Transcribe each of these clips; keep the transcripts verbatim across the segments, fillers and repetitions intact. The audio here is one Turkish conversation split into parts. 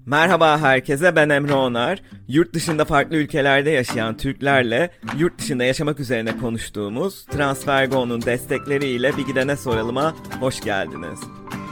Merhaba herkese, ben Emre Onar. Yurt dışında farklı ülkelerde yaşayan Türklerle yurt dışında yaşamak üzerine konuştuğumuz TransferGo'nun destekleriyle Bir Gidene Soralım'a hoş geldiniz.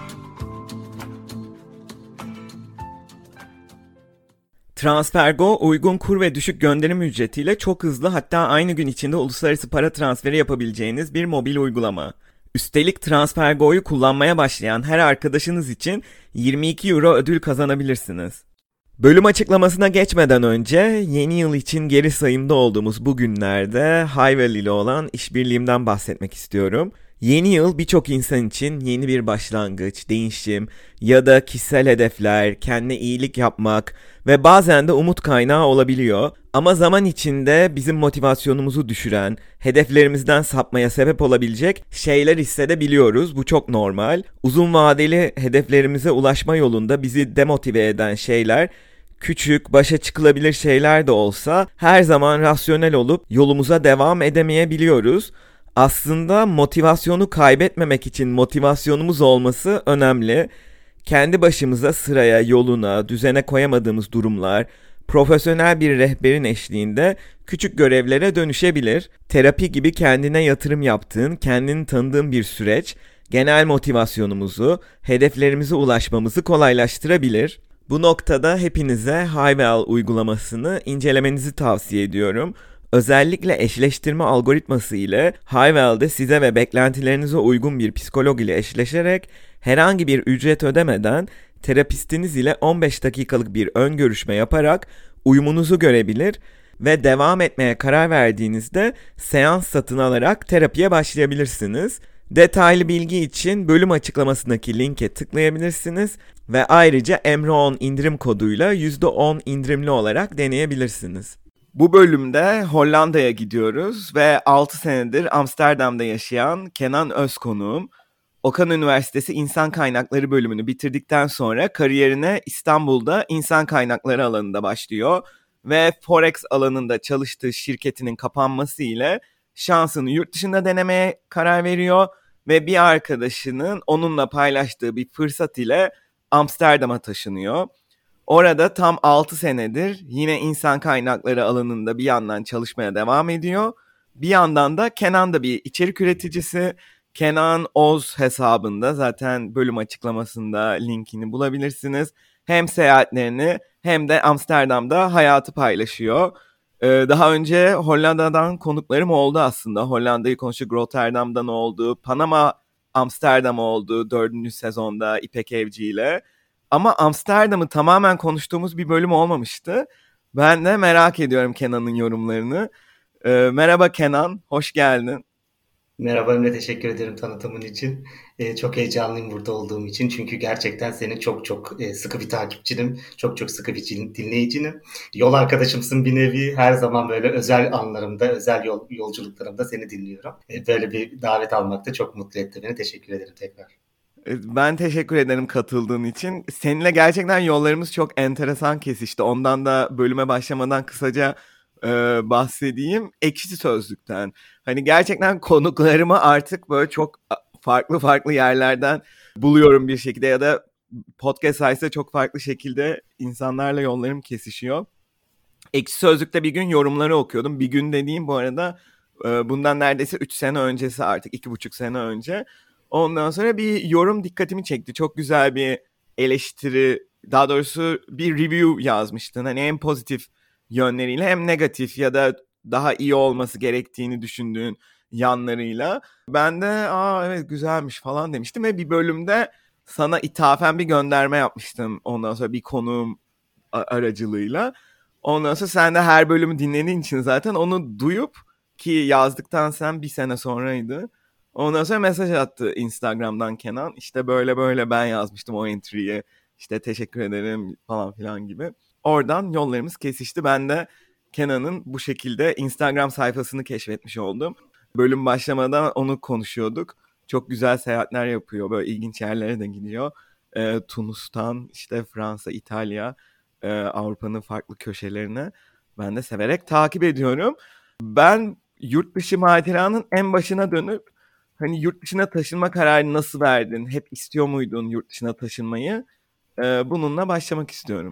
TransferGo, uygun kur ve düşük gönderim ücretiyle çok hızlı, hatta aynı gün içinde uluslararası para transferi yapabileceğiniz bir mobil uygulama. Üstelik TransferGo'yu kullanmaya başlayan her arkadaşınız için yirmi iki euro ödül kazanabilirsiniz. Bölüm açıklamasına geçmeden önce yeni yıl için geri sayımda olduğumuz bu günlerde Hayvel ile olan işbirliğimden bahsetmek istiyorum. Yeni yıl birçok insan için yeni bir başlangıç, değişim ya da kişisel hedefler, kendine iyilik yapmak ve bazen de umut kaynağı olabiliyor. Ama zaman içinde bizim motivasyonumuzu düşüren, hedeflerimizden sapmaya sebep olabilecek şeyler hissedebiliyoruz. Bu çok normal. Uzun vadeli hedeflerimize ulaşma yolunda bizi demotive eden şeyler, küçük, başa çıkılabilir şeyler de olsa her zaman rasyonel olup yolumuza devam edemeyebiliyoruz. Aslında motivasyonu kaybetmemek için motivasyonumuz olması önemli. Kendi başımıza sıraya, yoluna, düzene koyamadığımız durumlar, profesyonel bir rehberin eşliğinde küçük görevlere dönüşebilir. Terapi gibi kendine yatırım yaptığın, kendini tanıdığın bir süreç, genel motivasyonumuzu, hedeflerimize ulaşmamızı kolaylaştırabilir. Bu noktada hepinize Hayvel uygulamasını incelemenizi tavsiye ediyorum. Özellikle eşleştirme algoritması ile Hayvel'de size ve beklentilerinize uygun bir psikolog ile eşleşerek herhangi bir ücret ödemeden terapistiniz ile on beş dakikalık bir ön görüşme yaparak uyumunuzu görebilir ve devam etmeye karar verdiğinizde seans satın alarak terapiye başlayabilirsiniz. Detaylı bilgi için bölüm açıklamasındaki linke tıklayabilirsiniz ve ayrıca Emre on indirim koduyla yüzde on indirimli olarak deneyebilirsiniz. Bu bölümde Hollanda'ya gidiyoruz ve altı senedir Amsterdam'da yaşayan Kenan Özkonuğum. Okan Üniversitesi İnsan Kaynakları bölümünü bitirdikten sonra kariyerine İstanbul'da insan kaynakları alanında başlıyor ve Forex alanında çalıştığı şirketinin kapanması ile şansını yurt dışında denemeye karar veriyor ve bir arkadaşının onunla paylaştığı bir fırsat ile Amsterdam'a taşınıyor. Orada tam altı senedir yine insan kaynakları alanında bir yandan çalışmaya devam ediyor. Bir yandan da Kenan da bir içerik üreticisi. Kenan Oz hesabında, zaten bölüm açıklamasında linkini bulabilirsiniz. Hem seyahatlerini hem de Amsterdam'da hayatı paylaşıyor. Ee, daha önce Hollanda'dan konuklarım oldu aslında. Hollanda'yı konuştuk, Rotterdam'dan oldu. Panama, Amsterdam oldu dördüncü sezonda İpek Evci ile. Ama Amsterdam'ı tamamen konuştuğumuz bir bölüm olmamıştı. Ben de merak ediyorum Kenan'ın yorumlarını. Ee, merhaba Kenan, hoş geldin. Merhaba Emre, teşekkür ederim tanıtımın için. Ee, çok heyecanlıyım burada olduğum için. Çünkü gerçekten senin çok çok e, sıkı bir takipçinim. Çok çok sıkı bir cin- dinleyicinim. Yol arkadaşımsın bir nevi. Her zaman böyle özel anlarımda, özel yol, yolculuklarımda seni dinliyorum. Ee, böyle bir davet almak da çok mutlu etti beni. Teşekkür ederim tekrar. Ee, Ben teşekkür ederim katıldığın için. Seninle gerçekten yollarımız çok enteresan kesişti. Ondan da bölüme başlamadan kısaca e, bahsedeyim. Ekşi Sözlük'ten. Hani gerçekten konuklarımı artık böyle çok farklı farklı yerlerden buluyorum bir şekilde ya da podcast sayesinde çok farklı şekilde insanlarla yollarım kesişiyor. Ekşi Sözlük'te bir gün yorumları okuyordum. Bir gün dediğim bu arada e, bundan neredeyse üç sene öncesi, artık iki buçuk sene önce. Ondan sonra bir yorum dikkatimi çekti. Çok güzel bir eleştiri, daha doğrusu bir review yazmıştın. Hani hem pozitif yönleriyle hem negatif ya da daha iyi olması gerektiğini düşündüğün yanlarıyla. Ben de aa evet güzelmiş falan demiştim ve bir bölümde sana ithafen bir gönderme yapmıştım. Ondan sonra bir konuğum a- aracılığıyla. Ondan sonra sen de her bölümü dinlediğin için zaten onu duyup, ki yazdıktan sen bir sene sonraydı. Ondan sonra mesaj attı Instagram'dan Kenan. İşte böyle böyle ben yazmıştım o entry'yi. İşte teşekkür ederim falan filan gibi. Oradan yollarımız kesişti. Ben de Kenan'ın bu şekilde Instagram sayfasını keşfetmiş oldum. Bölüm başlamadan onu konuşuyorduk. Çok güzel seyahatler yapıyor. Böyle ilginç yerlere de gidiyor. Ee, Tunus'tan işte Fransa, İtalya, e, Avrupa'nın farklı köşelerine ben de severek takip ediyorum. Ben yurt dışı maceranın en başına dönüp hani yurt dışına taşınma kararını nasıl verdin? Hep istiyor muydun yurt dışına taşınmayı? Ee, bununla başlamak istiyorum.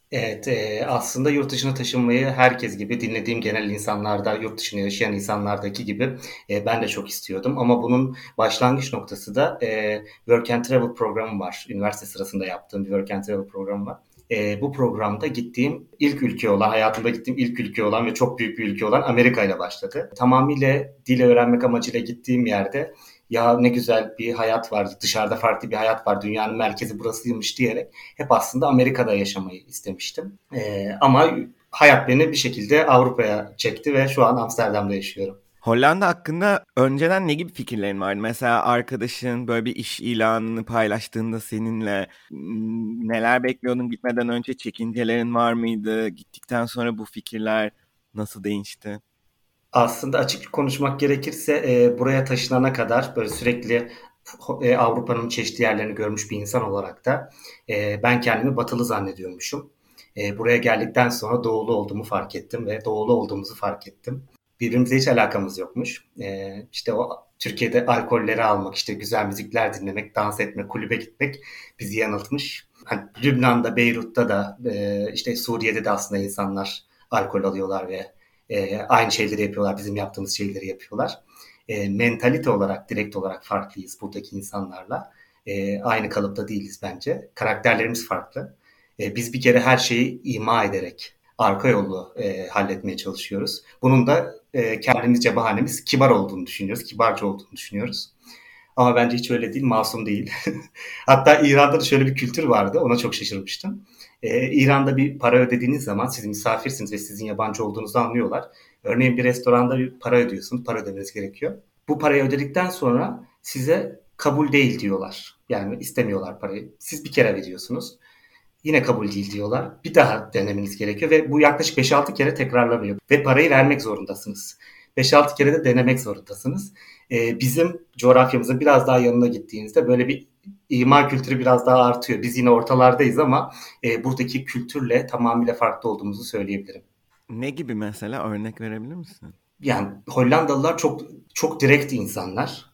Evet, e, aslında yurt dışına taşınmayı herkes gibi dinlediğim genel insanlarda, yurt dışında yaşayan insanlardaki gibi e, ben de çok istiyordum. Ama bunun başlangıç noktası da e, Work and Travel programı var. Üniversite sırasında yaptığım bir Work and Travel programı var. E, bu programda gittiğim ilk ülke olan, hayatımda gittiğim ilk ülke olan ve çok büyük bir ülke olan Amerika ile başladı. Tamamıyla dil öğrenmek amacıyla gittiğim yerde ya ne güzel bir hayat var, dışarıda farklı bir hayat var, dünyanın merkezi burasıymış diyerek hep aslında Amerika'da yaşamayı istemiştim. Ee, ama hayat beni bir şekilde Avrupa'ya çekti ve şu an Amsterdam'da yaşıyorum. Hollanda hakkında önceden ne gibi fikirlerin vardı? Mesela arkadaşın böyle bir iş ilanını paylaştığında seninle mm, neler bekliyordun gitmeden önce, çekincelerin var mıydı? Gittikten sonra bu fikirler nasıl değişti? Aslında açık konuşmak gerekirse e, buraya taşınana kadar böyle sürekli e, Avrupa'nın çeşitli yerlerini görmüş bir insan olarak da e, ben kendimi batılı zannediyormuşum. E, buraya geldikten sonra doğulu olduğumu fark ettim ve doğulu olduğumuzu fark ettim. Birbirimize hiç alakamız yokmuş. E, işte o Türkiye'de alkolleri almak, işte güzel müzikler dinlemek, dans etmek, kulübe gitmek bizi yanıltmış. Hani Lübnan'da, Beyrut'ta da e, işte Suriye'de de aslında insanlar alkol alıyorlar ve e, aynı şeyleri yapıyorlar, bizim yaptığımız şeyleri yapıyorlar. E, mentalite olarak, direkt olarak farklıyız buradaki insanlarla. E, aynı kalıpta değiliz bence. Karakterlerimiz farklı. E, biz bir kere her şeyi ima ederek, arka yolu e, halletmeye çalışıyoruz. Bunun da e, kendimizce bahanemiz kibar olduğunu düşünüyoruz, kibarca olduğunu düşünüyoruz. Ama bence hiç öyle değil, masum değil. Hatta İran'da da şöyle bir kültür vardı, ona çok şaşırmıştım. Ee, İran'da bir para ödediğiniz zaman siz misafirsiniz ve sizin yabancı olduğunuzu anlıyorlar. Örneğin bir restoranda bir para ödüyorsunuz, para ödemeniz gerekiyor. Bu parayı ödedikten sonra size kabul değil diyorlar. Yani istemiyorlar parayı. Siz bir kere veriyorsunuz. Yine kabul değil diyorlar. Bir daha denemeniz gerekiyor ve bu yaklaşık beş altı kere tekrarlanıyor. Ve parayı vermek zorundasınız. beş altı kere de denemek zorundasınız. Ee, bizim coğrafyamızın biraz daha yanına gittiğinizde böyle bir imar kültürü biraz daha artıyor. Biz yine ortalardayız ama e, buradaki kültürle tamamıyla farklı olduğumuzu söyleyebilirim. Ne gibi mesela, örnek verebilir misin? Yani Hollandalılar çok çok direkt insanlar.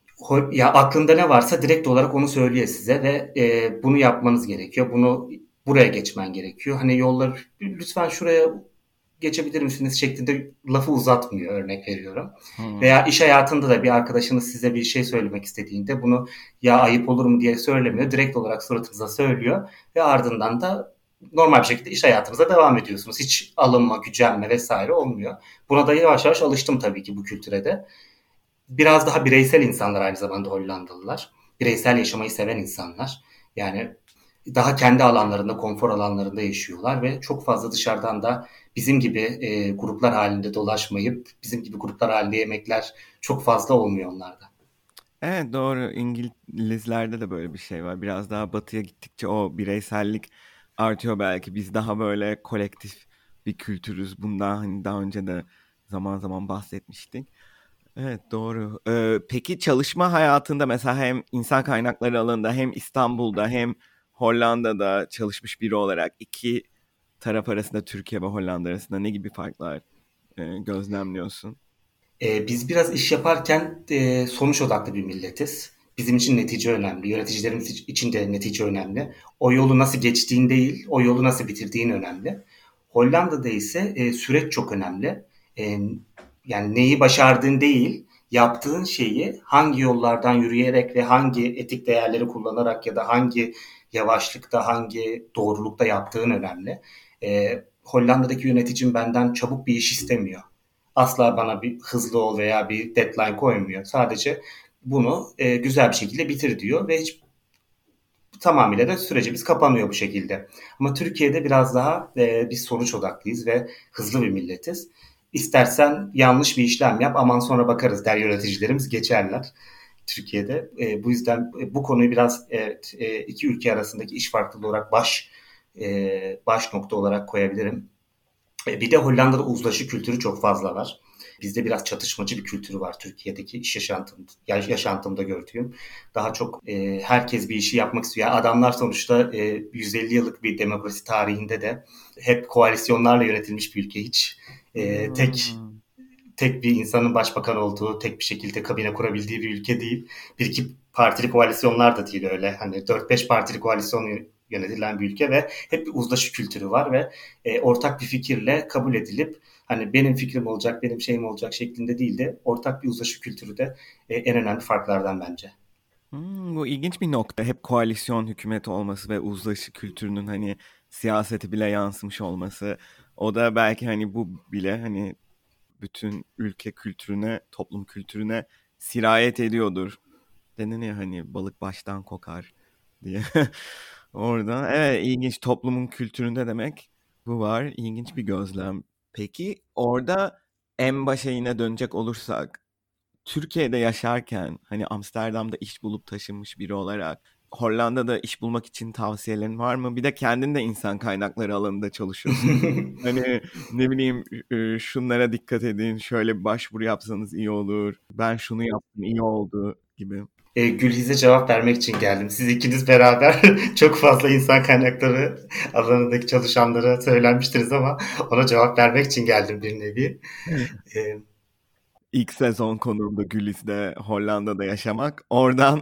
Ya aklında ne varsa direkt olarak onu söylüyor size ve e, bunu yapmanız gerekiyor. Bunu buraya geçmen gerekiyor. Hani yollar lütfen şuraya geçebilir misiniz şeklinde lafı uzatmıyor, örnek veriyorum. Hmm. Veya iş hayatında da bir arkadaşınız size bir şey söylemek istediğinde bunu ya ayıp olur mu diye söylemiyor. Direkt olarak suratınıza söylüyor ve ardından da normal bir şekilde iş hayatınıza devam ediyorsunuz. Hiç alınma, gücenme vesaire olmuyor. Buna da yavaş yavaş alıştım tabii ki bu kültüre de. Biraz daha bireysel insanlar aynı zamanda Hollandalılar. Bireysel yaşamayı seven insanlar. Yani daha kendi alanlarında, konfor alanlarında yaşıyorlar ve çok fazla dışarıdan da bizim gibi e, gruplar halinde dolaşmayıp bizim gibi gruplar halinde yemekler çok fazla olmuyor onlarda. Evet, doğru. İngilizlerde de böyle bir şey var. Biraz daha batıya gittikçe o bireysellik artıyor belki. Biz daha böyle kolektif bir kültürüz. Bundan hani daha önce de zaman zaman bahsetmiştik. Evet, doğru. Ee, peki çalışma hayatında mesela hem insan kaynakları alanında hem İstanbul'da hem Hollanda'da çalışmış biri olarak iki taraf arasında, Türkiye ve Hollanda arasında ne gibi farklar e, gözlemliyorsun? E, biz biraz iş yaparken e, sonuç odaklı bir milletiz. Bizim için netice önemli. Yöneticilerimiz için de netice önemli. O yolu nasıl geçtiğin değil, o yolu nasıl bitirdiğin önemli. Hollanda'da ise e, süreç çok önemli. E, Yani neyi başardığın değil, yaptığın şeyi hangi yollardan yürüyerek ve hangi etik değerleri kullanarak ya da hangi yavaşlıkta, hangi doğrulukta yaptığın önemli. E, Hollanda'daki yöneticim benden çabuk bir iş istemiyor. Asla bana bir hızlı ol veya bir deadline koymuyor. Sadece bunu e, güzel bir şekilde bitir diyor ve hiç tamamıyla da sürecimiz kapanıyor bu şekilde. Ama Türkiye'de biraz daha e, biz sonuç odaklıyız ve hızlı bir milletiz. İstersen yanlış bir işlem yap aman sonra bakarız der yöneticilerimiz geçerler Türkiye'de. E, bu yüzden e, bu konuyu biraz evet, e, iki ülke arasındaki iş farklılığı olarak baş e, baş nokta olarak koyabilirim. E, Bir de Hollanda'da uzlaşı kültürü çok fazla var. Bizde biraz çatışmacı bir kültürü var Türkiye'deki iş yaşantım, yaşantımda gördüğüm. Daha çok e, herkes bir işi yapmak istiyor. Yani adamlar sonuçta e, yüz elli yıllık bir demokrasi tarihinde de hep koalisyonlarla yönetilmiş bir ülke. Hiç e, tek Hmm. tek bir insanın başbakan olduğu, tek bir şekilde kabine kurabildiği bir ülke değil. Bir iki partili koalisyonlar da değil öyle. Hani dört beş partili koalisyon yönetilen bir ülke ve hep bir uzlaşı kültürü var ve e, ortak bir fikirle kabul edilip hani benim fikrim olacak, benim şeyim olacak şeklinde değil de ortak bir uzlaşı kültürü de e, en önemli farklardan bence. Hmm, bu ilginç bir nokta. Hep koalisyon hükümeti olması ve uzlaşı kültürünün hani siyaseti bile yansımış olması. O da belki hani bu bile hani bütün ülke kültürüne, toplum kültürüne sirayet ediyordur. Denir ya hani balık baştan kokar diye. Oradan evet ilginç toplumun kültüründe demek bu var. İlginç bir gözlem. Peki orada en başa yine dönecek olursak Türkiye'de yaşarken hani Amsterdam'da iş bulup taşınmış biri olarak Hollanda'da iş bulmak için tavsiyelerin var mı? Bir de kendin de insan kaynakları alanında çalışıyorsun. Hani ne bileyim e, şunlara dikkat edin, şöyle bir başvuru yapsanız iyi olur. Ben şunu yaptım, iyi oldu gibi. E, Gülhiz'e cevap vermek için geldim. Siz ikiniz beraber çok fazla insan kaynakları alanındaki çalışanlara söylenmiştiniz ama ona cevap vermek için geldim bir nevi. E, İlk sezon konuğumda Gülis'de Hollanda'da yaşamak. Oradan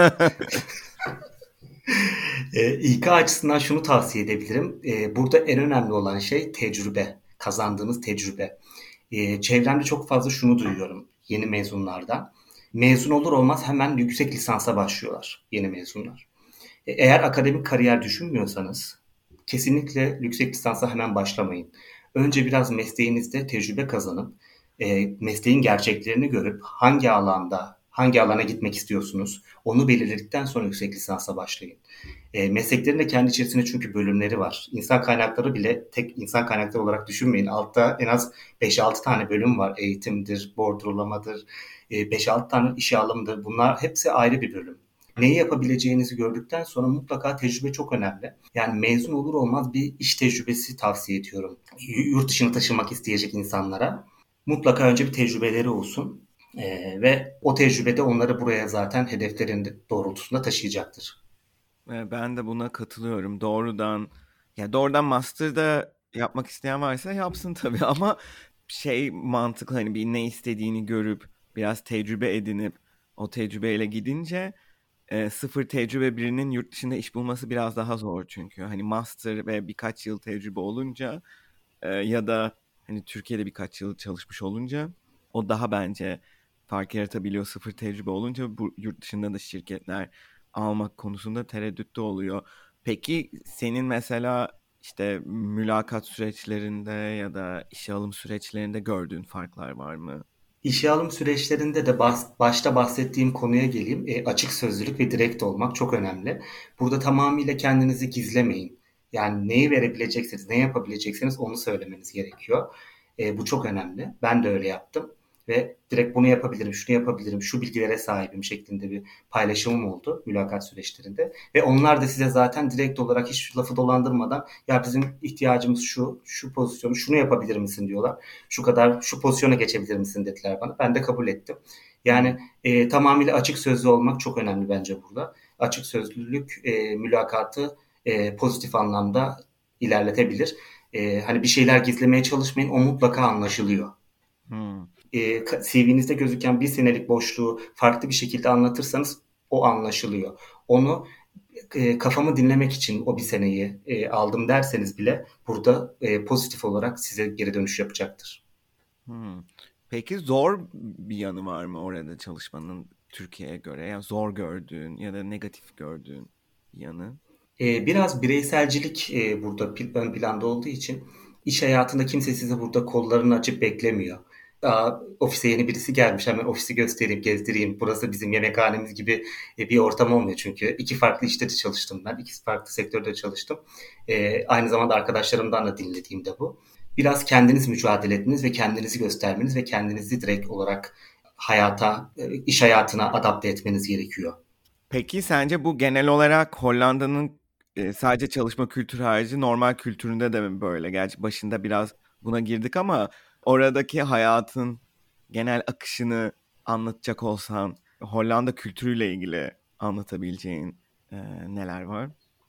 e, İK açısından şunu tavsiye edebilirim. E, burada en önemli olan şey tecrübe, kazandığınız tecrübe. E, çevremde çok fazla şunu duyuyorum yeni mezunlardan. Mezun olur olmaz hemen yüksek lisansa başlıyorlar yeni mezunlar. E, Eğer akademik kariyer düşünmüyorsanız kesinlikle yüksek lisansa hemen başlamayın. Önce biraz mesleğinizde tecrübe kazanıp e, mesleğin gerçeklerini görüp hangi alanda, hangi alana gitmek istiyorsunuz onu belirledikten sonra yüksek lisansa başlayın. E, mesleklerin de kendi içerisinde çünkü bölümleri var. İnsan kaynakları bile tek insan kaynakları olarak düşünmeyin. Altta en az beş altı tane bölüm var. Eğitimdir, bordrolamadır, e, beş altı tane işe alımdır. Bunlar hepsi ayrı bir bölüm. Neyi yapabileceğinizi gördükten sonra mutlaka tecrübe çok önemli. Yani mezun olur olmaz bir iş tecrübesi tavsiye ediyorum. Yurt dışına taşınmak isteyecek insanlara. Mutlaka önce bir tecrübeleri olsun. Ee, ve o tecrübede onları buraya zaten hedeflerinin doğrultusunda taşıyacaktır. E, ben de buna katılıyorum. Doğrudan ya doğrudan master'da yapmak isteyen varsa yapsın tabii ama şey mantıklı hani bir ne istediğini görüp biraz tecrübe edinip o tecrübeyle gidince e, sıfır tecrübe birinin yurt dışında iş bulması biraz daha zor çünkü hani master ve birkaç yıl tecrübe olunca e, ya da hani Türkiye'de birkaç yıl çalışmış olunca o daha bence fark yaratabiliyor. Sıfır tecrübe olunca bu yurt dışında da şirketler almak konusunda tereddütte oluyor. Peki senin mesela işte mülakat süreçlerinde ya da işe alım süreçlerinde gördüğün farklar var mı? İşe alım süreçlerinde de bas- başta bahsettiğim konuya geleyim. E, açık sözlülük ve direkt olmak çok önemli. Burada tamamıyla kendinizi gizlemeyin. Yani neyi verebileceksiniz, ne yapabileceksiniz onu söylemeniz gerekiyor. E, bu çok önemli. Ben de öyle yaptım. Ve direkt bunu yapabilirim, şunu yapabilirim, şu bilgilere sahibim şeklinde bir paylaşımım oldu mülakat süreçlerinde. Ve onlar da size zaten direkt olarak hiç lafı dolandırmadan ya bizim ihtiyacımız şu, şu pozisyonu, şunu yapabilir misin diyorlar. Şu kadar şu pozisyona geçebilir misin dediler bana. Ben de kabul ettim. Hmm. Yani e, tamamıyla açık sözlü olmak çok önemli bence burada. Açık sözlülük e, mülakatı e, pozitif anlamda ilerletebilir. E, hani bir şeyler gizlemeye çalışmayın. O mutlaka anlaşılıyor. Hmm. E, C V'nizde gözüken bir senelik boşluğu farklı bir şekilde anlatırsanız o anlaşılıyor. Onu e, kafamı dinlemek için o bir seneyi e, aldım derseniz bile burada e, pozitif olarak size geri dönüş yapacaktır. Hmm. Peki zor bir yanı var mı orada çalışmanın Türkiye'ye göre? Yani zor gördüğün ya da negatif gördüğün yanı? E, biraz bireyselcilik e, burada pl- ön planda olduğu için iş hayatında kimse size burada kollarını açıp beklemiyor. Aa, ofise yeni birisi gelmiş hemen ofisi göstereyim, gezdireyim. Burası bizim yemekhanemiz gibi e, bir ortam olmuyor çünkü. iki farklı işte de çalıştım ben. İki farklı sektörde çalıştım. E, aynı zamanda arkadaşlarımdan da dinlediğim de bu. Biraz kendiniz mücadele etmeniz ve kendinizi göstermeniz ve kendinizi direkt olarak hayata, e, iş hayatına adapte etmeniz gerekiyor. Peki sence bu genel olarak Hollanda'nın e, sadece çalışma kültürü harici normal kültüründe de mi böyle? Gerçi başında biraz buna girdik ama oradaki hayatın genel akışını anlatacak olsan Hollanda kültürüyle ilgili anlatabileceğin e, neler var?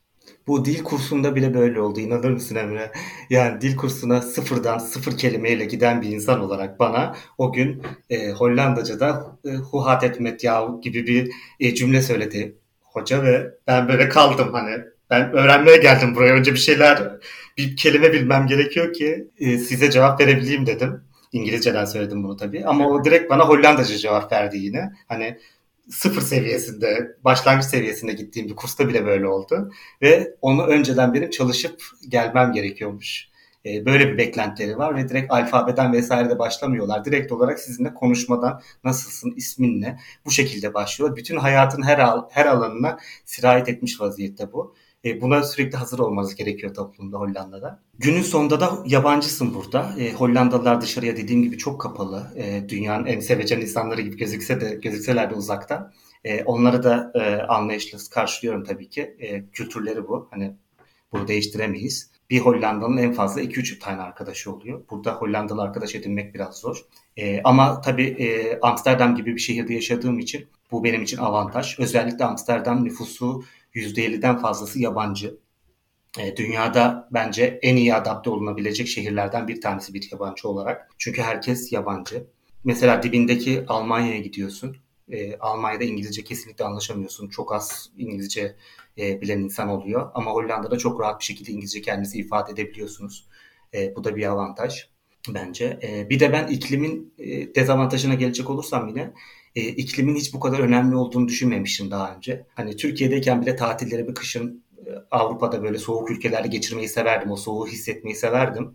Bu dil kursunda bile böyle oldu. İnanır mısın Emre? Yani dil kursuna sıfırdan sıfır kelimeyle giden bir insan olarak bana o gün e, Hollandaca'da e, "Hoe gaat het met jou" gibi bir e, cümle söyledi hoca ve ben böyle kaldım hani. Ben öğrenmeye geldim buraya. Önce bir şeyler, bir kelime bilmem gerekiyor ki e, size cevap verebileyim dedim. İngilizceden söyledim bunu tabii. Ama o direkt bana Hollandaca cevap verdi yine. Hani sıfır seviyesinde, başlangıç seviyesinde gittiğim bir kursta bile böyle oldu. Ve onu önceden benim çalışıp gelmem gerekiyormuş. E, böyle bir beklentileri var ve direkt alfabeden vesaire de başlamıyorlar. Direkt olarak sizinle konuşmadan nasılsın, ismin ne, bu şekilde başlıyorlar. Bütün hayatın her al, her alanına sirayet etmiş vaziyette bu. E, buna sürekli hazır olmanız gerekiyor toplumda Hollanda'da. Günün sonunda da yabancısın burada. E, Hollandalılar dışarıya dediğim gibi çok kapalı. E, dünyanın en sevecen insanları gibi gözükse de gözükseler de uzakta. E, onları da e, anlayışla karşılıyorum tabii ki. E, kültürleri bu. Hani bunu değiştiremeyiz. Bir Hollandalı'nın en fazla iki üç tane arkadaşı oluyor. Burada Hollandalı arkadaş edinmek biraz zor. E, ama tabii e, Amsterdam gibi bir şehirde yaşadığım için bu benim için avantaj. Özellikle Amsterdam nüfusu yüzde elliden fazlası yabancı. E, dünyada bence en iyi adapte olunabilecek şehirlerden bir tanesi bir yabancı olarak. Çünkü herkes yabancı. Mesela dibindeki Almanya'ya gidiyorsun. E, Almanya'da İngilizce kesinlikle anlaşamıyorsun. Çok az İngilizce e, bilen insan oluyor. Ama Hollanda'da çok rahat bir şekilde İngilizce kendinizi ifade edebiliyorsunuz. E, bu da bir avantaj bence. E, bir de ben iklimin e, dezavantajına gelecek olursam yine e, iklimin hiç bu kadar önemli olduğunu düşünmemiştim daha önce. Hani Türkiye'deyken bile tatillerimi kışın e, Avrupa'da böyle soğuk ülkelerde geçirmeyi severdim. O soğuğu hissetmeyi severdim.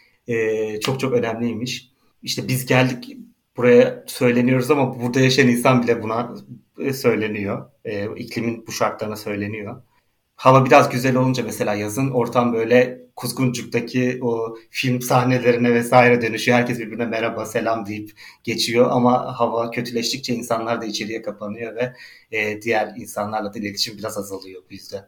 E, çok çok önemliymiş. İşte biz geldik buraya söyleniyoruz ama burada yaşayan insan bile buna e, söyleniyor. E, iklimin bu şartlarına söyleniyor. Hava biraz güzel olunca mesela yazın ortam böyle Kuzguncuk'taki o film sahnelerine vesaire dönüşüyor. Herkes birbirine merhaba, selam deyip geçiyor ama hava kötüleştikçe insanlar da içeriye kapanıyor ve e, diğer insanlarla da iletişim biraz azalıyor bu yüzden.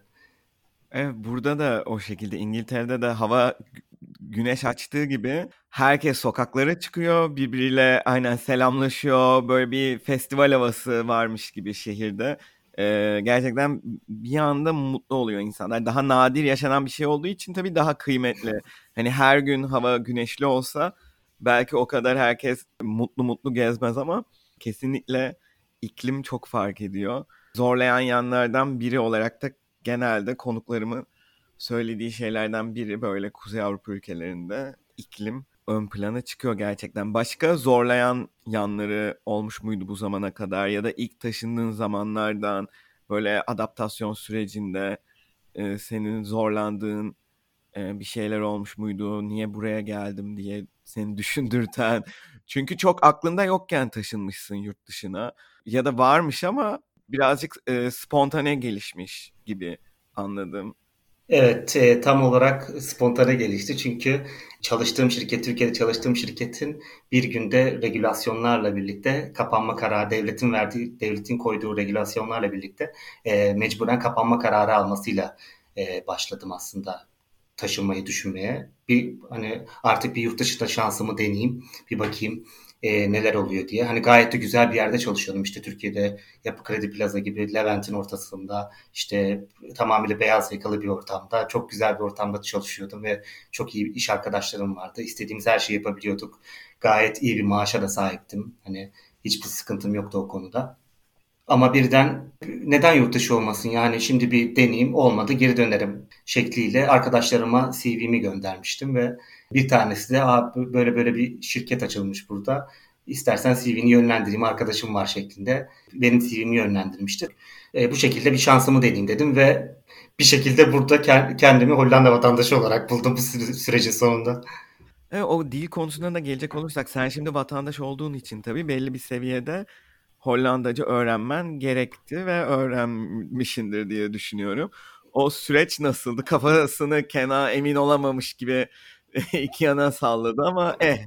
Evet, burada da o şekilde İngiltere'de de hava gü- güneş açtığı gibi herkes sokaklara çıkıyor, birbiriyle aynen selamlaşıyor. Böyle bir festival havası varmış gibi şehirde. Ee, gerçekten bir anda mutlu oluyor insanlar. Daha nadir yaşanan bir şey olduğu için tabii daha kıymetli. Hani her gün hava güneşli olsa belki o kadar herkes mutlu mutlu gezmez ama kesinlikle iklim çok fark ediyor. Zorlayan yanlardan biri olarak da genelde konuklarımın söylediği şeylerden biri böyle Kuzey Avrupa ülkelerinde iklim ön plana çıkıyor gerçekten. Başka zorlayan yanları olmuş muydu bu zamana kadar ya da ilk taşındığın zamanlardan böyle adaptasyon sürecinde e, senin zorlandığın e, bir şeyler olmuş muydu? Niye buraya geldim diye seni düşündürten. Çünkü çok aklında yokken taşınmışsın yurt dışına ya da varmış ama birazcık e, spontane gelişmiş gibi anladım. Evet, e, tam olarak spontane gelişti. Çünkü çalıştığım şirket, Türkiye'de çalıştığım şirketin bir günde regülasyonlarla birlikte kapanma kararı, devletin verdiği, devletin koyduğu regülasyonlarla birlikte e, mecburen kapanma kararı almasıyla e, başladım aslında taşınmayı düşünmeye. Bir hani artık bir yurt dışında şansımı deneyeyim, bir bakayım e, neler oluyor diye. Hani gayet de güzel bir yerde çalışıyordum işte Türkiye'de Yapı Kredi Plaza gibi Levent'in ortasında işte tamamıyla beyaz yakalı bir ortamda çok güzel bir ortamda çalışıyordum ve çok iyi iş arkadaşlarım vardı. İstediğimiz her şeyi yapabiliyorduk. Gayet iyi bir maaşa da sahiptim. Hani hiçbir sıkıntım yoktu o konuda. Ama birden neden yurt dışı olmasın yani şimdi bir deneyim olmadı geri dönerim şekliyle arkadaşlarıma C V'mi göndermiştim ve bir tanesi de abi böyle böyle bir şirket açılmış burada. İstersen C V'ni yönlendireyim arkadaşım var şeklinde benim C V'mi yönlendirmişti. E, bu şekilde bir şansımı deneyeyim dedim ve bir şekilde burada kendimi Hollanda vatandaşı olarak buldum bu sürecin sonunda. E, o dil konusuna da gelecek olursak sen şimdi vatandaş olduğun için tabii belli bir seviyede Hollandaca öğrenmen gerekti ve öğrenmişsindir diye düşünüyorum. O süreç nasıldı? Kafasını Kena emin olamamış gibi iki yana salladı ama eh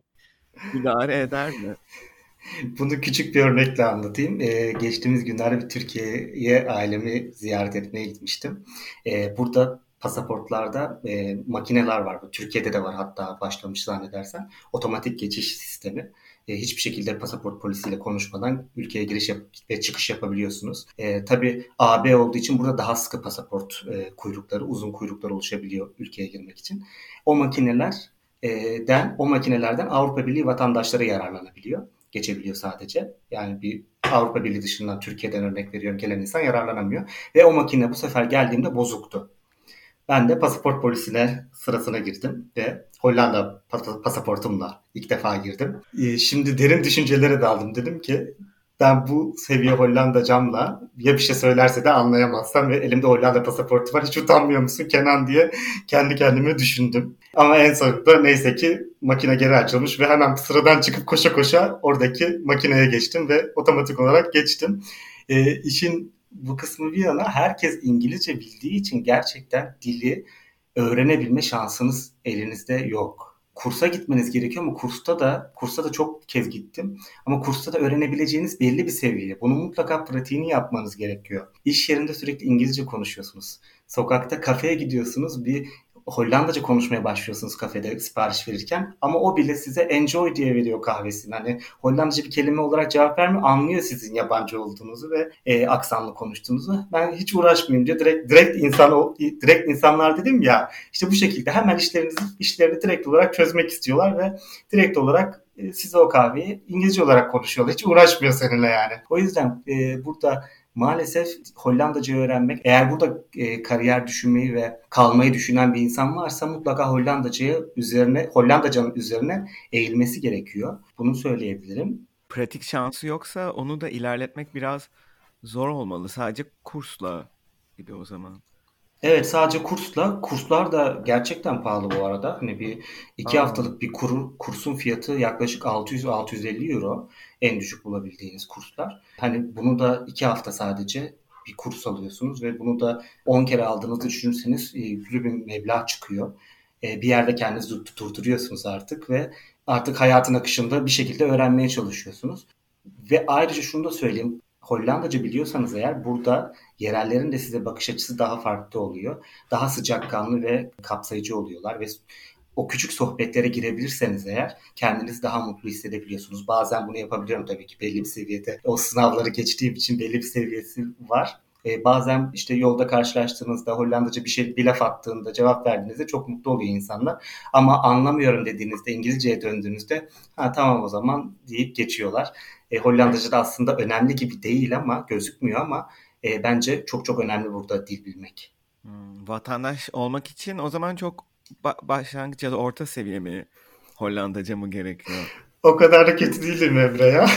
idare eder mi? Bunu küçük bir örnekle anlatayım. Ee, geçtiğimiz günlerde bir Türkiye'ye ailemi ziyaret etmeye gitmiştim. Ee, burada pasaportlarda e, makineler var. Türkiye'de de var hatta başlamış zannedersen. Otomatik geçiş sistemi. E, hiçbir şekilde pasaport polisiyle konuşmadan ülkeye giriş yap- ve çıkış yapabiliyorsunuz. E, tabii A B olduğu için burada daha sıkı pasaport e, kuyrukları, uzun kuyruklar oluşabiliyor ülkeye girmek için. O makineler e, den, o makinelerden Avrupa Birliği vatandaşları yararlanabiliyor geçebiliyor sadece. Yani bir Avrupa Birliği dışından Türkiye'den örnek veriyorum gelen insan yararlanamıyor. Ve o makine bu sefer geldiğimde bozuktu. Ben de pasaport polisine sırasına girdim ve Hollanda pas- pasaportumla ilk defa girdim. Ee, Şimdi derin düşüncelere daldım. Dedim ki ben bu seviye Hollandacamla ya bir şey söylerse de anlayamazsam ve elimde Hollanda pasaportu var, hiç utanmıyor musun Kenan diye kendi kendime düşündüm. Ama en sonunda neyse ki makine geri açılmış ve hemen sıradan çıkıp koşa koşa oradaki makineye geçtim ve otomatik olarak geçtim. Ee, işin bu kısmı bir yana, herkes İngilizce bildiği için gerçekten dili öğrenebilme şansınız elinizde yok. Kursa gitmeniz gerekiyor ama kursta da kursa da çok kez gittim. Ama kursta da öğrenebileceğiniz belli bir seviye. Bunun mutlaka pratiğini yapmanız gerekiyor. İş yerinde sürekli İngilizce konuşuyorsunuz. Sokakta kafeye gidiyorsunuz, bir Hollandaca konuşmaya başlıyorsunuz kafede sipariş verirken, ama o bile size enjoy diye veriyor kahvesini. Hani Hollandaca bir kelime olarak cevap vermiyor, anlıyor sizin yabancı olduğunuzu ve e, aksanlı konuştuğunuzu. Ben hiç uğraşmayayım diyor. Direkt direkt insan direkt insanlar dedim ya. İşte bu şekilde hemen işlerinizi işlerini direkt olarak çözmek istiyorlar ve direkt olarak e, size o kahveyi İngilizce olarak konuşuyorlar. Hiç uğraşmıyor seninle yani. O yüzden e, burada maalesef Hollandaca öğrenmek, eğer burada e, kariyer düşünmeyi ve kalmayı düşünen bir insan varsa mutlaka Hollandacayı üzerine, Hollandacanın üzerine eğilmesi gerekiyor. Bunu söyleyebilirim. Pratik şansı yoksa onu da ilerletmek biraz zor olmalı. Sadece kursla gibi o zaman. Evet, sadece kursla. Kurslar da gerçekten pahalı bu arada. Hani bir iki Aa, haftalık bir kur, kursun fiyatı yaklaşık altı yüz altı yüz elli euro. En düşük bulabildiğiniz kurslar. Hani bunu da iki hafta sadece bir kurs alıyorsunuz ve bunu da on kere aldığınızı düşünürseniz e, yüklü bir meblağ çıkıyor. E, bir yerde kendinizi tutturuyorsunuz artık ve artık hayatın akışında bir şekilde öğrenmeye çalışıyorsunuz. Ve ayrıca şunu da söyleyeyim. Hollandaca biliyorsanız eğer, burada yerellerin de size bakış açısı daha farklı oluyor. Daha sıcakkanlı ve kapsayıcı oluyorlar ve o küçük sohbetlere girebilirseniz eğer kendinizi daha mutlu hissedebiliyorsunuz. Bazen bunu yapabiliyorum tabii ki belli bir seviyede. O sınavları geçtiğim için belli bir seviyesi var. Ee, bazen işte yolda karşılaştığınızda Hollandaca bir şey, bir laf attığında cevap verdiğinizde çok mutlu oluyor insanlar. Ama anlamıyorum dediğinizde, İngilizceye döndüğünüzde ha tamam o zaman deyip geçiyorlar. E, Hollandaca da aslında önemli gibi değil ama gözükmüyor ama e, bence çok çok önemli burada dil bilmek. hmm, vatandaş olmak için o zaman çok ba- başlangıç ya da orta seviye mi Hollandaca mı gerekiyor? O kadar da kötü değilim Emre ya.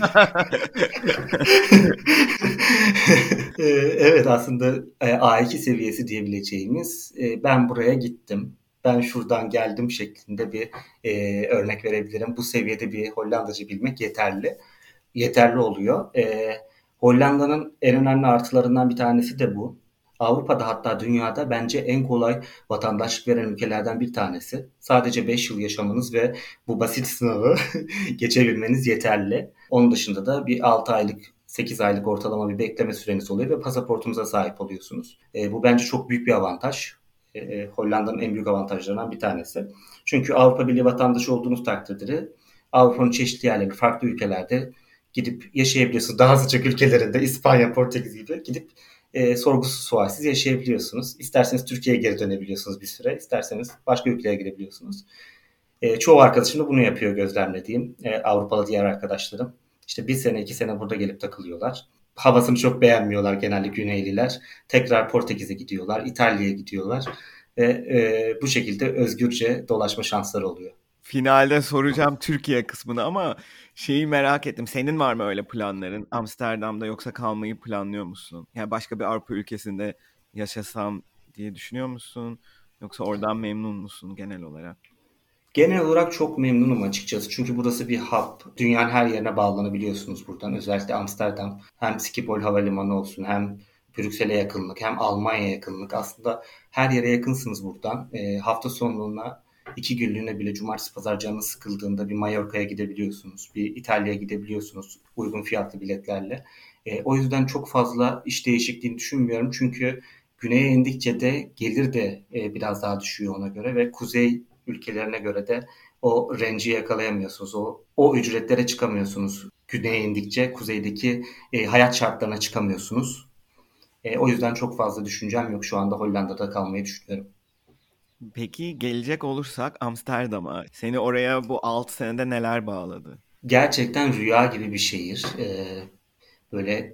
E, evet, aslında e, A iki seviyesi diyebileceğimiz, e, ben buraya gittim, ben şuradan geldim şeklinde bir e, örnek verebilirim. Bu seviyede bir Hollandaca bilmek yeterli. Yeterli oluyor. E, Hollanda'nın en önemli artılarından bir tanesi de bu. Avrupa'da, hatta dünyada bence en kolay vatandaşlık veren ülkelerden bir tanesi. Sadece beş yıl yaşamanız ve bu basit sınavı geçebilmeniz yeterli. Onun dışında da bir altı aylık, sekiz aylık ortalama bir bekleme süreniz oluyor ve pasaportunuza sahip oluyorsunuz. E, bu bence çok büyük bir avantaj. E, e, Hollanda'nın en büyük avantajlarından bir tanesi. Çünkü Avrupa Birliği vatandaşı olduğunuz takdirde Avrupa'nın çeşitli yerleri, farklı ülkelerde gidip yaşayabiliyorsunuz. Daha sıcak ülkelerinde İspanya, Portekiz gibi gidip e, sorgusuz sualsiz yaşayabiliyorsunuz. İsterseniz Türkiye'ye geri dönebiliyorsunuz bir süre. İsterseniz başka ülkeye gidebiliyorsunuz. E, çoğu arkadaşım da bunu yapıyor, gözlemlediğim. E, Avrupalı diğer arkadaşlarım. İşte bir sene, iki sene burada gelip takılıyorlar. Havasını çok beğenmiyorlar genelde Güneyliler. Tekrar Portekiz'e gidiyorlar, İtalya'ya gidiyorlar. Ve e, bu şekilde özgürce dolaşma şansları oluyor. Finalde soracağım Türkiye kısmını ama şeyi merak ettim. Senin var mı öyle planların? Amsterdam'da yoksa kalmayı planlıyor musun? Yani başka bir Avrupa ülkesinde yaşasam diye düşünüyor musun? Yoksa oradan memnun musun genel olarak? Genel olarak çok memnunum açıkçası. Çünkü burası bir hub. Dünyanın her yerine bağlanabiliyorsunuz buradan. Özellikle Amsterdam. Hem Schiphol Havalimanı olsun, hem Brüksel'e yakınlık, hem Almanya'ya yakınlık. Aslında her yere yakınsınız buradan. E, hafta sonluğuna, iki günlüğüne bile cumartesi pazar canınız sıkıldığında bir Mallorca'ya gidebiliyorsunuz. Bir İtalya'ya gidebiliyorsunuz uygun fiyatlı biletlerle. E, o yüzden çok fazla iş değişikliğini düşünmüyorum. Çünkü güneye indikçe de gelir de e, biraz daha düşüyor ona göre ve kuzey ülkelerine göre de o range'i yakalayamıyorsunuz. O, o ücretlere çıkamıyorsunuz. Güneye indikçe kuzeydeki e, hayat şartlarına çıkamıyorsunuz. E, o yüzden çok fazla düşüncem yok. Şu anda Hollanda'da kalmayı düşünüyorum. Peki gelecek olursak Amsterdam'a. Seni oraya bu altı senede neler bağladı? Gerçekten rüya gibi bir şehir. E, böyle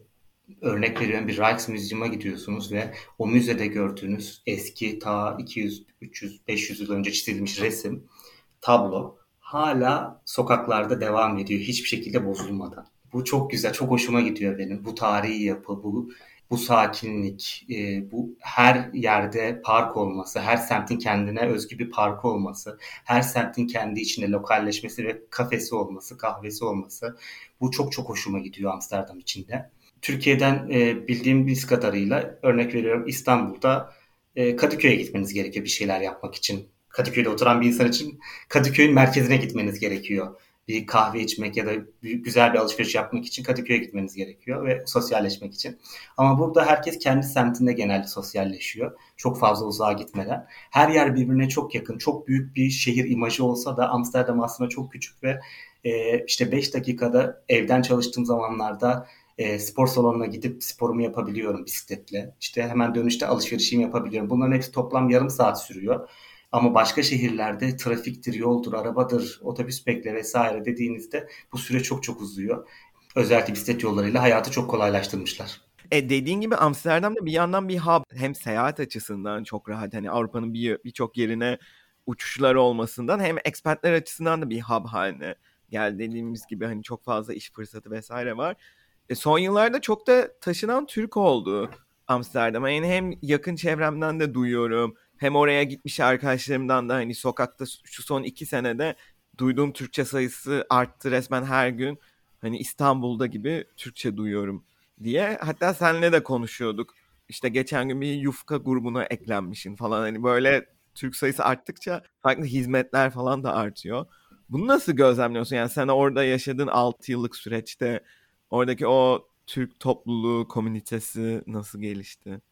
Örnek veriyorum, bir Rijksmuseum'a gidiyorsunuz ve o müzede gördüğünüz eski ta iki yüz, üç yüz, beş yüz yıl önce çizilmiş resim, tablo hala sokaklarda devam ediyor hiçbir şekilde bozulmadan. Bu çok güzel, çok hoşuma gidiyor benim. Bu tarihi yapı, bu bu sakinlik, e, bu her yerde park olması, her semtin kendine özgü bir parkı olması, her semtin kendi içinde lokalleşmesi ve kafesi olması, kahvesi olması. Bu çok çok hoşuma gidiyor Amsterdam içinde. Türkiye'den e, bildiğimiz kadarıyla, örnek veriyorum, İstanbul'da e, Kadıköy'e gitmeniz gerekiyor bir şeyler yapmak için. Kadıköy'de oturan bir insan için Kadıköy'ün merkezine gitmeniz gerekiyor. Bir kahve içmek ya da bir, güzel bir alışveriş yapmak için Kadıköy'e gitmeniz gerekiyor ve sosyalleşmek için. Ama burada herkes kendi semtinde genelde sosyalleşiyor. Çok fazla uzağa gitmeden. Her yer birbirine çok yakın. Çok büyük bir şehir imajı olsa da Amsterdam aslında çok küçük ve e, işte beş dakikada evden çalıştığım zamanlarda e, spor salonuna gidip sporumu yapabiliyorum bisikletle. İşte hemen dönüşte alışverişimi yapabiliyorum. Bunların hepsi toplam yarım saat sürüyor. Ama başka şehirlerde trafiktir, yoldur, arabadır, otobüs bekle vesaire dediğinizde bu süre çok çok uzuyor. Özellikle bisiklet yollarıyla hayatı çok kolaylaştırmışlar. E dediğin gibi Amsterdam'da bir yandan bir hub, hem seyahat açısından çok rahat, hani Avrupa'nın bir birçok yerine uçuşlar olmasından, hem expatler açısından da bir hub haline geldi. Dediğimiz gibi hani çok fazla iş fırsatı vesaire var. E son yıllarda çok da taşınan Türk oldu Amsterdam'a. Yani hem yakın çevremden de duyuyorum, hem oraya gitmiş arkadaşlarımdan da, hani sokakta şu son iki senede duyduğum Türkçe sayısı arttı resmen her gün. Hani İstanbul'da gibi Türkçe duyuyorum diye. Hatta seninle de konuşuyorduk. İşte geçen gün bir yufka grubuna eklenmişsin falan. Hani böyle Türk sayısı arttıkça farklı hizmetler falan da artıyor. Bunu nasıl gözlemliyorsun? Yani sen orada yaşadığın altı yıllık süreçte oradaki o Türk topluluğu, komünitesi nasıl gelişti?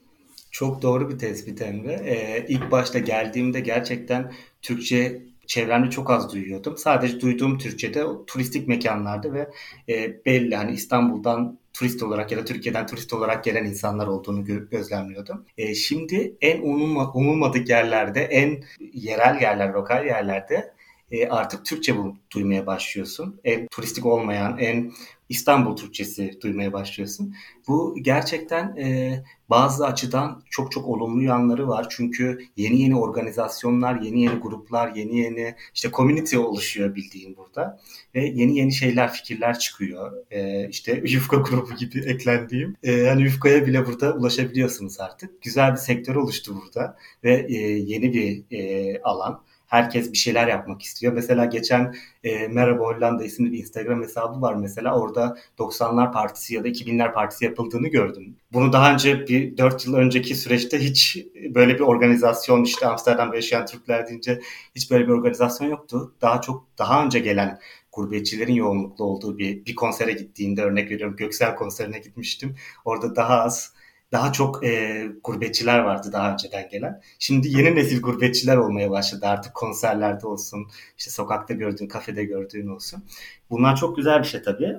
Çok doğru bir tespit Emre. Ee, ilk başta geldiğimde gerçekten Türkçe çevremde çok az duyuyordum. Sadece duyduğum Türkçe de o turistik mekanlarda ve e, belli, hani İstanbul'dan turist olarak ya da Türkiye'den turist olarak gelen insanlar olduğunu gö- gözlemliyordum. E, şimdi en umulma, umulmadık yerlerde, en yerel yerler, lokal yerlerde e, artık Türkçe bulup duymaya başlıyorsun. En turistik olmayan, en İstanbul Türkçesi duymaya başlıyorsun. Bu gerçekten e, bazı açıdan çok çok olumlu yanları var. Çünkü yeni yeni organizasyonlar, yeni yeni gruplar, yeni yeni işte community oluşuyor bildiğin burada. Ve yeni yeni şeyler, fikirler çıkıyor. Ee, işte Yufka grubu gibi eklendiğim. Ee, hani Yufka'ya bile burada ulaşabiliyorsunuz artık. Güzel bir sektör oluştu burada. Ve e, yeni bir e, alan. Herkes bir şeyler yapmak istiyor. Mesela geçen e, Merhaba Hollanda isimli bir Instagram hesabı var mesela. Orada doksanlar partisi ya da iki binler partisi yapıldığını gördüm. Bunu daha önce bir dört yıl önceki süreçte hiç böyle bir organizasyon, işte Amsterdam'da yaşayan Türkler deyince hiç böyle bir organizasyon yoktu. Daha çok daha önce gelen gurbetçilerin yoğunluklu olduğu bir, bir konsere gittiğinde, örnek veriyorum, Göksel konserine gitmiştim. Orada daha az, daha çok e, gurbetçiler vardı daha önceden gelen. Şimdi yeni nesil gurbetçiler olmaya başladı artık, konserlerde olsun, işte sokakta gördüğün, kafede gördüğün olsun. Bunlar çok güzel bir şey tabii.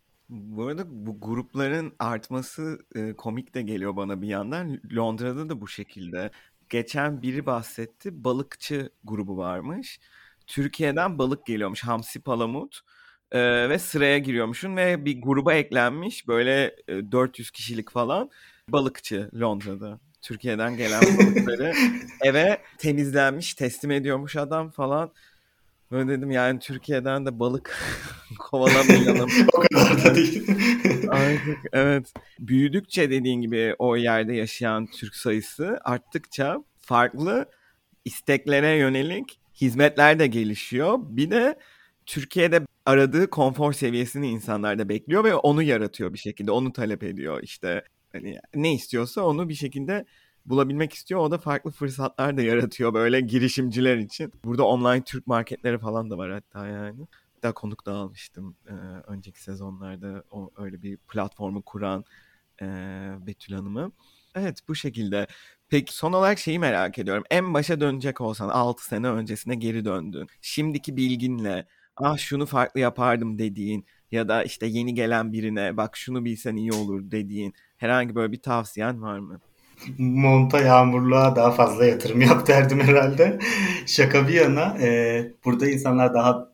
Bu arada bu grupların artması e, komik de geliyor bana bir yandan. Londra'da da bu şekilde. Geçen biri bahsetti. Balıkçı grubu varmış. Türkiye'den balık geliyormuş. Hamsi, palamut. E, ve sıraya giriyormuşsun ve bir gruba eklenmiş. Böyle e, dört yüz kişilik falan. Balıkçı Londra'da. Türkiye'den gelen balıkları eve temizlenmiş, teslim ediyormuş adam falan. Böyle dedim, yani Türkiye'den de balık kovalamayalım. O kadar da değil. Artık evet. Büyüdükçe, dediğin gibi, o yerde yaşayan Türk sayısı arttıkça farklı isteklere yönelik hizmetler de gelişiyor. Bir de Türkiye'de aradığı konfor seviyesini insanlar da bekliyor ve onu yaratıyor bir şekilde. Onu talep ediyor işte. Hani ne istiyorsa onu bir şekilde bulabilmek istiyor. O da farklı fırsatlar da yaratıyor böyle girişimciler için. Burada online Türk marketleri falan da var hatta yani. Hatta konuk da almıştım e, önceki sezonlarda o öyle bir platformu kuran e, Betül Hanım'ı. Evet, bu şekilde. Peki son olarak şeyi merak ediyorum. En başa dönecek olsan, altı sene öncesine geri döndün. Şimdiki bilginle ah şunu farklı yapardım dediğin ya da işte yeni gelen birine bak şunu bilsen iyi olur dediğin herhangi böyle bir tavsiyen var mı? Monta, yağmurluğa daha fazla yatırım yap derdim herhalde. Şaka bir yana, e, burada insanlar daha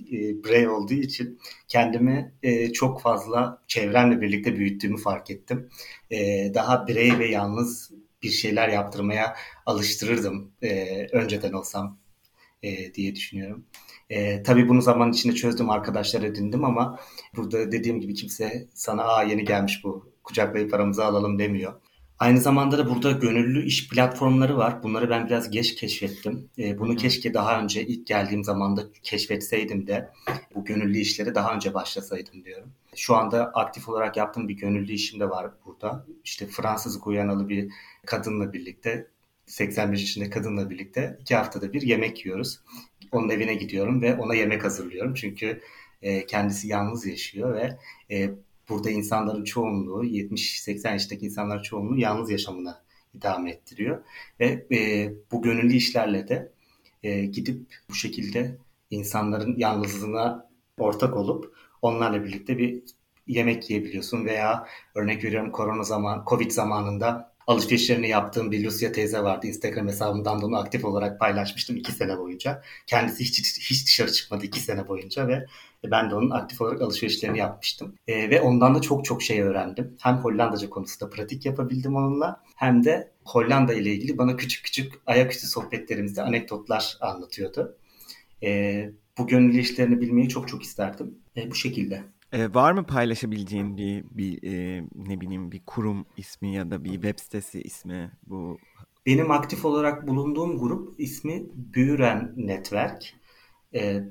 e, birey olduğu için kendimi e, çok fazla çevremle birlikte büyüttüğümü fark ettim. E, daha birey ve yalnız bir şeyler yaptırmaya alıştırırdım e, önceden olsam e, diye düşünüyorum. E, tabii bunu zaman içinde çözdüm, arkadaşlar edindim ama burada dediğim gibi kimse sana aa yeni gelmiş bu kucaklayıp aramıza alalım demiyor. Aynı zamanda da burada gönüllü iş platformları var. Bunları ben biraz geç keşfettim. E, Hı bunu hı. keşke daha önce ilk geldiğim zamanda keşfetseydim de bu gönüllü işlere daha önce başlasaydım diyorum. Şu anda aktif olarak yaptığım bir gönüllü işim de var burada. İşte Fransız Guyanalı bir kadınla birlikte, seksen beş yaşında kadınla birlikte iki haftada bir yemek yiyoruz. Onun evine gidiyorum ve ona yemek hazırlıyorum. Çünkü e, kendisi yalnız yaşıyor ve e, burada insanların çoğunluğu, yetmiş seksen yaşındaki insanlar çoğunluğu yalnız yaşamına idame ettiriyor. Ve e, bu gönüllü işlerle de e, gidip bu şekilde insanların yalnızlığına ortak olup onlarla birlikte bir yemek yiyebiliyorsun veya örnek veriyorum korona zaman, Covid zamanında alışverişlerini yaptığım bir Lucia teyze vardı. Instagram hesabımdan da onu aktif olarak paylaşmıştım iki sene boyunca. Kendisi hiç, hiç dışarı çıkmadı iki sene boyunca ve ben de onun aktif olarak alışverişlerini yapmıştım. E, ve ondan da çok çok şey öğrendim. Hem Hollandaca konusunda pratik yapabildim onunla hem de Hollanda ile ilgili bana küçük küçük ayaküstü sohbetlerimizde anekdotlar anlatıyordu. E, bu gönüllü işlerini bilmeyi çok çok isterdim. E, bu şekilde. E, var mı paylaşabileceğin bir, bir e, ne bileyim bir kurum ismi ya da bir web sitesi ismi bu? Benim aktif olarak bulunduğum grup ismi Büyüren Network. E,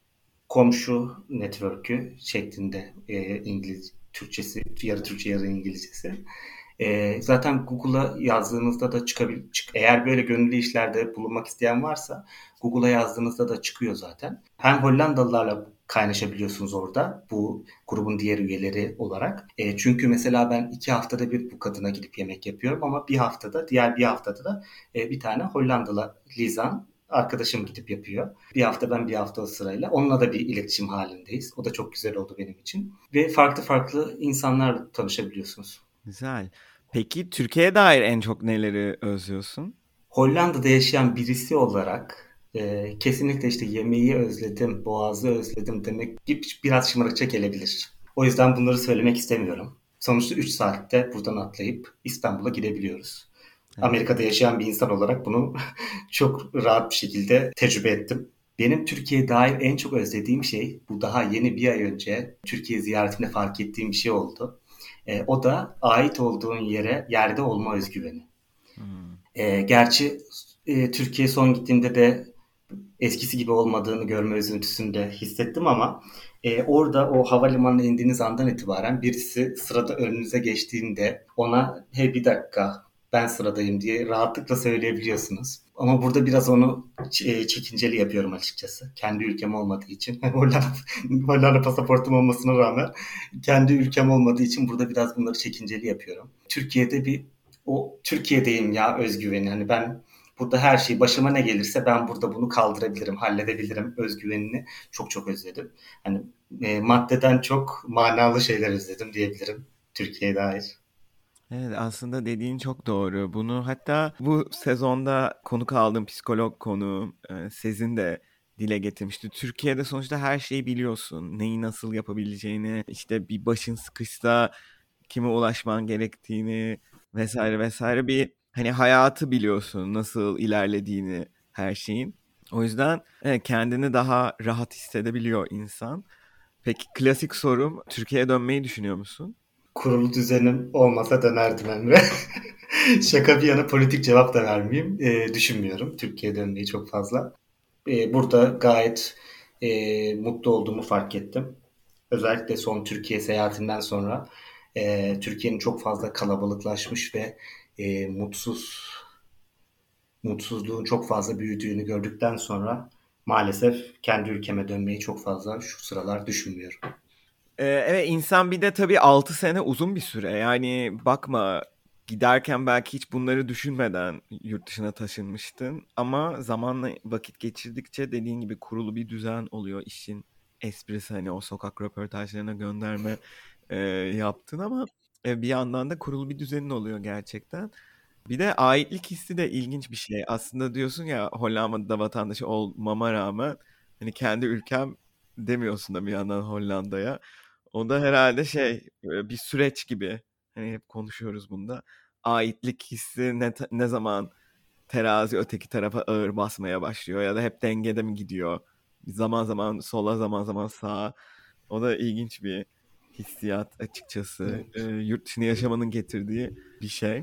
komşu network'ü şeklinde e, İngiliz Türkçesi, yarı Türkçe yarı İngilizcesi. E, zaten Google'a yazdığınızda da çıkabilir. Çık, eğer böyle gönüllü işlerde bulunmak isteyen varsa Google'a yazdığınızda da çıkıyor zaten. Hem Hollandalılarla kaynaşabiliyorsunuz orada bu grubun diğer üyeleri olarak. E, çünkü mesela ben iki haftada bir bu kadına gidip yemek yapıyorum ama bir haftada diğer bir haftada da e, bir tane Hollandalı Lizan arkadaşım gidip yapıyor. Bir hafta ben bir hafta o sırayla. Onunla da bir iletişim halindeyiz. O da çok güzel oldu benim için. Ve farklı farklı insanlarla tanışabiliyorsunuz. Güzel. Peki Türkiye'ye dair en çok neleri özlüyorsun? Hollanda'da yaşayan birisi olarak e, kesinlikle işte yemeği özledim, boğazı özledim demek gibi biraz şımarıkça gelebilir. O yüzden bunları söylemek istemiyorum. Sonuçta üç saatte buradan atlayıp İstanbul'a gidebiliyoruz. Evet. Amerika'da yaşayan bir insan olarak bunu çok rahat bir şekilde tecrübe ettim. Benim Türkiye'ye dair en çok özlediğim şey, bu daha yeni bir ay önce Türkiye ziyaretimde fark ettiğim bir şey oldu. E, o da ait olduğun yere, yerde olma özgüveni. Hmm. E, gerçi e, Türkiye son gittiğimde de eskisi gibi olmadığını görme üzüntüsünü de hissettim ama e, orada o havalimanına indiğiniz andan itibaren birisi sırada önünüze geçtiğinde ona hey bir dakika ben sıradayım diye rahatlıkla söyleyebiliyorsunuz. Ama burada biraz onu e, çekinceli yapıyorum açıkçası. Kendi ülkem olmadığı için. Hollanda, Hollanda pasaportum olmasına rağmen kendi ülkem olmadığı için burada biraz bunları çekinceli yapıyorum. Türkiye'de bir o Türkiye'deyim ya özgüveni. Hani ben burada her şey başıma ne gelirse ben burada bunu kaldırabilirim, halledebilirim özgüvenini çok çok özledim. Hani e, maddeden çok manalı şeyler özledim diyebilirim Türkiye'ye dair. Evet, aslında dediğin çok doğru. Bunu hatta bu sezonda konuk aldığım psikolog konuğum e, Sezin de dile getirmişti. Türkiye'de sonuçta her şeyi biliyorsun. Neyi nasıl yapabileceğini, işte bir başın sıkışsa kime ulaşman gerektiğini vesaire vesaire bir hani hayatı biliyorsun nasıl ilerlediğini her şeyin. O yüzden evet, kendini daha rahat hissedebiliyor insan. Peki klasik sorum, Türkiye'ye dönmeyi düşünüyor musun? Kurulu düzenim olmasa dönerdim Emre. Şaka bir yana politik cevap da vermeyeyim. E, düşünmüyorum Türkiye'ye dönmeyi çok fazla. E, burada gayet e, mutlu olduğumu fark ettim. Özellikle son Türkiye seyahatimden sonra e, Türkiye'nin çok fazla kalabalıklaşmış ve e, mutsuz mutsuzluğun çok fazla büyüdüğünü gördükten sonra maalesef kendi ülkeme dönmeyi çok fazla şu sıralar düşünmüyorum. Ee, evet, insan bir de tabii altı sene uzun bir süre. Yani bakma, giderken belki hiç bunları düşünmeden yurt dışına taşınmıştın. Ama zamanla vakit geçirdikçe dediğin gibi kurulu bir düzen oluyor. İşin esprisi, hani o sokak röportajlarına gönderme e, yaptın ama e, bir yandan da kurulu bir düzenin oluyor gerçekten. Bir de aitlik hissi de ilginç bir şey. Aslında diyorsun ya, Hollanda'da vatandaşı olmama rağmen hani kendi ülkem demiyorsun da bir yandan Hollanda'ya. O da herhalde şey bir süreç gibi. Hani hep konuşuyoruz bunda. Aitlik hissi ne, ne zaman terazi öteki tarafa ağır basmaya başlıyor ya da hep dengede mi gidiyor? Zaman zaman sola, zaman zaman sağa. O da ilginç bir hissiyat açıkçası. Evet. Ee, yurt dışında yaşamanın getirdiği bir şey.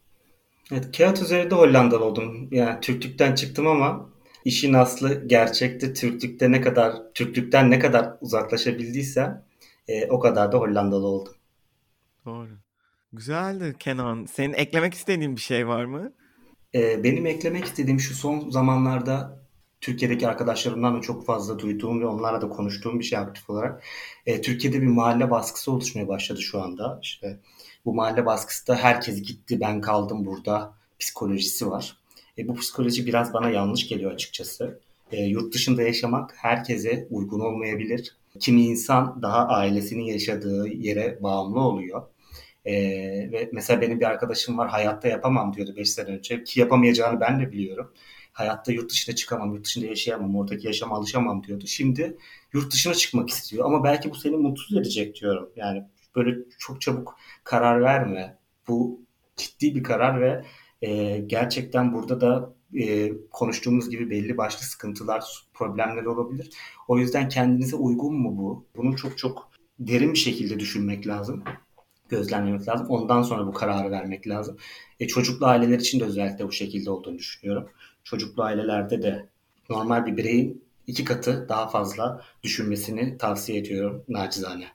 Evet, kağıt üzerinde Hollandalı oldum. Yani Türklükten çıktım ama işin aslı gerçekte Türklükte ne kadar Türklükten ne kadar uzaklaşabildiysem e, o kadar da Hollandalı oldum. Doğru. Güzeldi Kenan. Senin eklemek istediğin bir şey var mı? E, benim eklemek istediğim şu son zamanlarda Türkiye'deki arkadaşlarımdan da çok fazla duyduğum ve onlarla da konuştuğum bir şey aktif olarak. E, Türkiye'de bir mahalle baskısı oluşmaya başladı şu anda. İşte bu mahalle baskısı da herkes gitti ben kaldım burada psikolojisi var. E, bu psikoloji biraz bana yanlış geliyor açıkçası. E, yurt dışında yaşamak herkese uygun olmayabilir. Kimi insan daha ailesinin yaşadığı yere bağımlı oluyor. Ee, ve mesela benim bir arkadaşım var hayatta yapamam diyordu beş sene önce ki yapamayacağını ben de biliyorum. Hayatta yurt dışına çıkamam, yurt dışında yaşayamam, oradaki yaşama alışamam diyordu. Şimdi yurt dışına çıkmak istiyor ama belki bu seni mutsuz edecek diyorum. Yani böyle çok çabuk karar verme. Bu ciddi bir karar ve e, gerçekten burada da e, konuştuğumuz gibi belli başlı sıkıntılar, problemler olabilir. O yüzden kendinize uygun mu bu? Bunu çok çok derin bir şekilde düşünmek lazım, gözlemlemek lazım. Ondan sonra bu kararı vermek lazım. E, çocuklu aileler için de özellikle bu şekilde olduğunu düşünüyorum. Çocuklu ailelerde de normal bir bireyin iki katı daha fazla düşünmesini tavsiye ediyorum nacizane.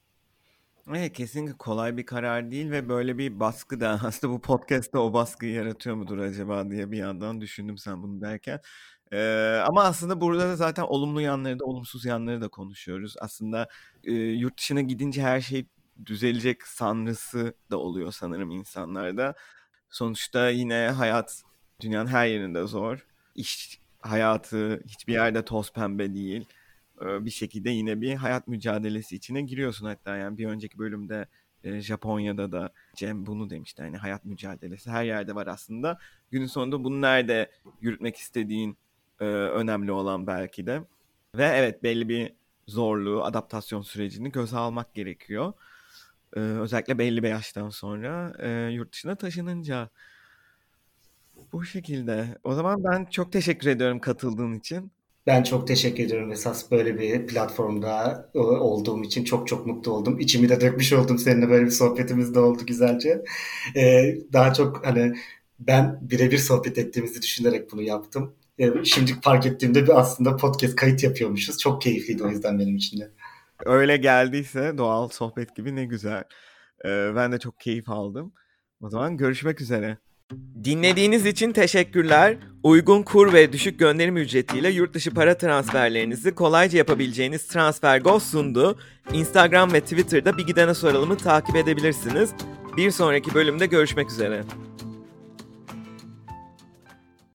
Evet, kesinlikle kolay bir karar değil ve böyle bir baskı da aslında bu podcast'ta o baskıyı yaratıyor mudur acaba diye bir yandan düşündüm sen bunu derken. Ee, ama aslında burada da zaten olumlu yanları da olumsuz yanları da konuşuyoruz. Aslında e, yurt dışına gidince her şey düzelecek sanrısı da oluyor sanırım insanlarda. Sonuçta yine hayat dünyanın her yerinde zor. İş hayatı hiçbir yerde toz pembe değil. Ee, Bir şekilde yine bir hayat mücadelesi içine giriyorsun hatta yani bir önceki bölümde e, Japonya'da da Cem bunu demişti hani hayat mücadelesi her yerde var aslında. Günün sonunda bunu nerede yürütmek istediğin e, önemli olan belki de. Ve evet belli bir zorluğu, adaptasyon sürecini göze almak gerekiyor. Ee, özellikle belli bir yaştan sonra e, yurt dışına taşınınca. Bu şekilde. O zaman ben çok teşekkür ediyorum katıldığın için. Ben çok teşekkür ediyorum esas böyle bir platformda e, olduğum için çok çok mutlu oldum. İçimi de dökmüş oldum seninle böyle bir sohbetimiz de oldu güzelce. Ee, daha çok hani ben birebir sohbet ettiğimizi düşünerek bunu yaptım. Ee, şimdi fark ettiğimde bir aslında podcast kayıt yapıyormuşuz. Çok keyifliydi o yüzden benim için de. Öyle geldiyse doğal sohbet gibi ne güzel. Ee, ben de çok keyif aldım. O zaman görüşmek üzere. Dinlediğiniz için teşekkürler. Uygun kur ve düşük gönderim ücretiyle yurt dışı para transferlerinizi kolayca yapabileceğiniz TransferGo sundu. Instagram ve Twitter'da Bir Gidene Soralım'ı takip edebilirsiniz. Bir sonraki bölümde görüşmek üzere.